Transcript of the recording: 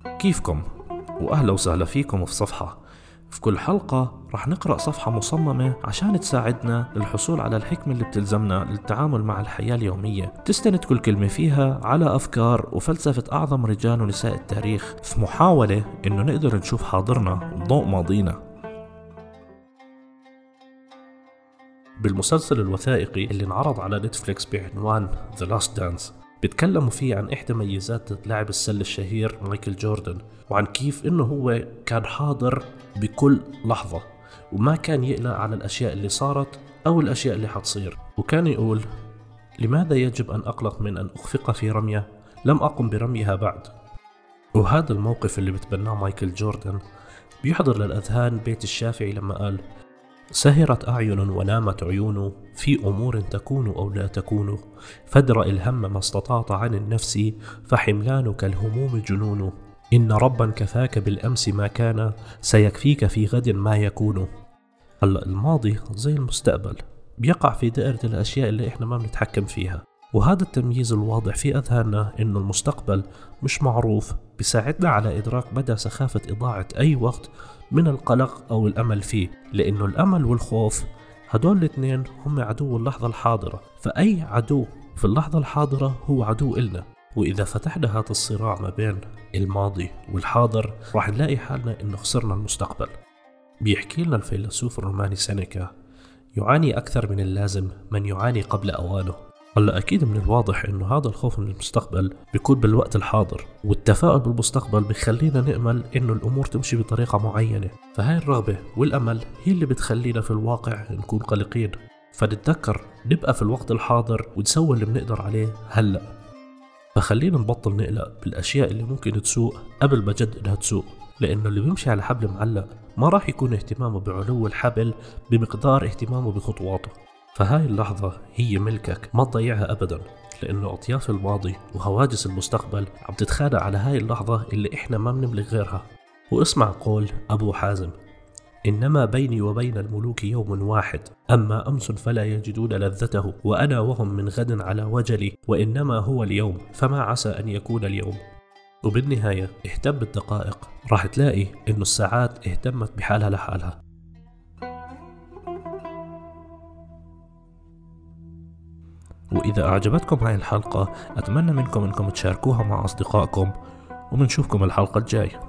كيفكم؟ وأهلا وسهلا فيكم في صفحة. في كل حلقة رح نقرأ صفحة مصممة عشان تساعدنا للحصول على الحكمة اللي بتلزمنا للتعامل مع الحياة اليومية. تستند كل كلمة فيها على أفكار وفلسفة أعظم رجال ونساء التاريخ في محاولة إنه نقدر نشوف حاضرنا ضوء ماضينا. بالمسلسل الوثائقي اللي انعرض على نتفليكس بعنوان The Last Dance بيتكلموا فيه عن إحدى ميزات لاعب السلة الشهير مايكل جوردن، وعن كيف إنه هو كان حاضر بكل لحظة وما كان يقلق على الأشياء اللي صارت أو الأشياء اللي حتصير. وكان يقول: لماذا يجب أن أقلق من أن أخفق في رمية لم أقم برميها بعد؟ وهذا الموقف اللي بتبناه مايكل جوردن بيحضر للأذهان بيت الشافعي لما قال: سهرت أعين ونامت عيون في أمور تكون أو لا تكون، فادرأ الهم ما استطعت عن النفس، فحملانك الهموم جنون، إن ربا كفاك بالأمس ما كان، سيكفيك في غد ما يكون. هلأ الماضي زي المستقبل بيقع في دائرة الأشياء اللي إحنا ما بنتحكم فيها، وهذا التمييز الواضح في أذهاننا إنه المستقبل مش معروف بيساعدنا على إدراك مدى سخافة إضاعة أي وقت من القلق أو الأمل فيه، لأنه الأمل والخوف هدول الاثنين هم عدو اللحظة الحاضرة، فأي عدو في اللحظة الحاضرة هو عدو إلنا. وإذا فتحنا هذا الصراع ما بين الماضي والحاضر راح نلاقي حالنا إنه خسرنا المستقبل. بيحكي لنا الفيلسوف الروماني سينيكا: يعاني أكثر من اللازم من يعاني قبل أوانه. هلا أكيد من الواضح إنه هذا الخوف من المستقبل بيكون بالوقت الحاضر، والتفاؤل بالمستقبل بيخلينا نأمل إنه الأمور تمشي بطريقة معينة. فهاي الرغبة والأمل هي اللي بتخلينا في الواقع نكون قلقين، فنتذكر نبقى في الوقت الحاضر ونسوي اللي بنقدر عليه هلأ. فخلينا نبطل نقلق بالأشياء اللي ممكن تسوء قبل ما جد إنها تسوء، لأنه اللي بيمشي على حبل معلق ما راح يكون اهتمامه بعلو الحبل بمقدار اهتمامه بخطواته. فهاي اللحظة هي ملكك، ما تضيعها أبدا، لأنه أطياف الماضي وهواجس المستقبل عم تتخانق على هاي اللحظة اللي إحنا ما بنملك غيرها. واسمع قول أبو حازم: إنما بيني وبين الملوك يوم واحد، أما أمس فلا يجدون لذته، وأنا وهم من غد على وجلي، وإنما هو اليوم فما عسى أن يكون اليوم. وبالنهاية اهتم بالدقائق، راح تلاقي إنه الساعات اهتمت بحالها لحالها. وإذا أعجبتكم هاي الحلقة أتمنى منكم أنكم تشاركوها مع أصدقائكم، ومنشوفكم الحلقة الجاي.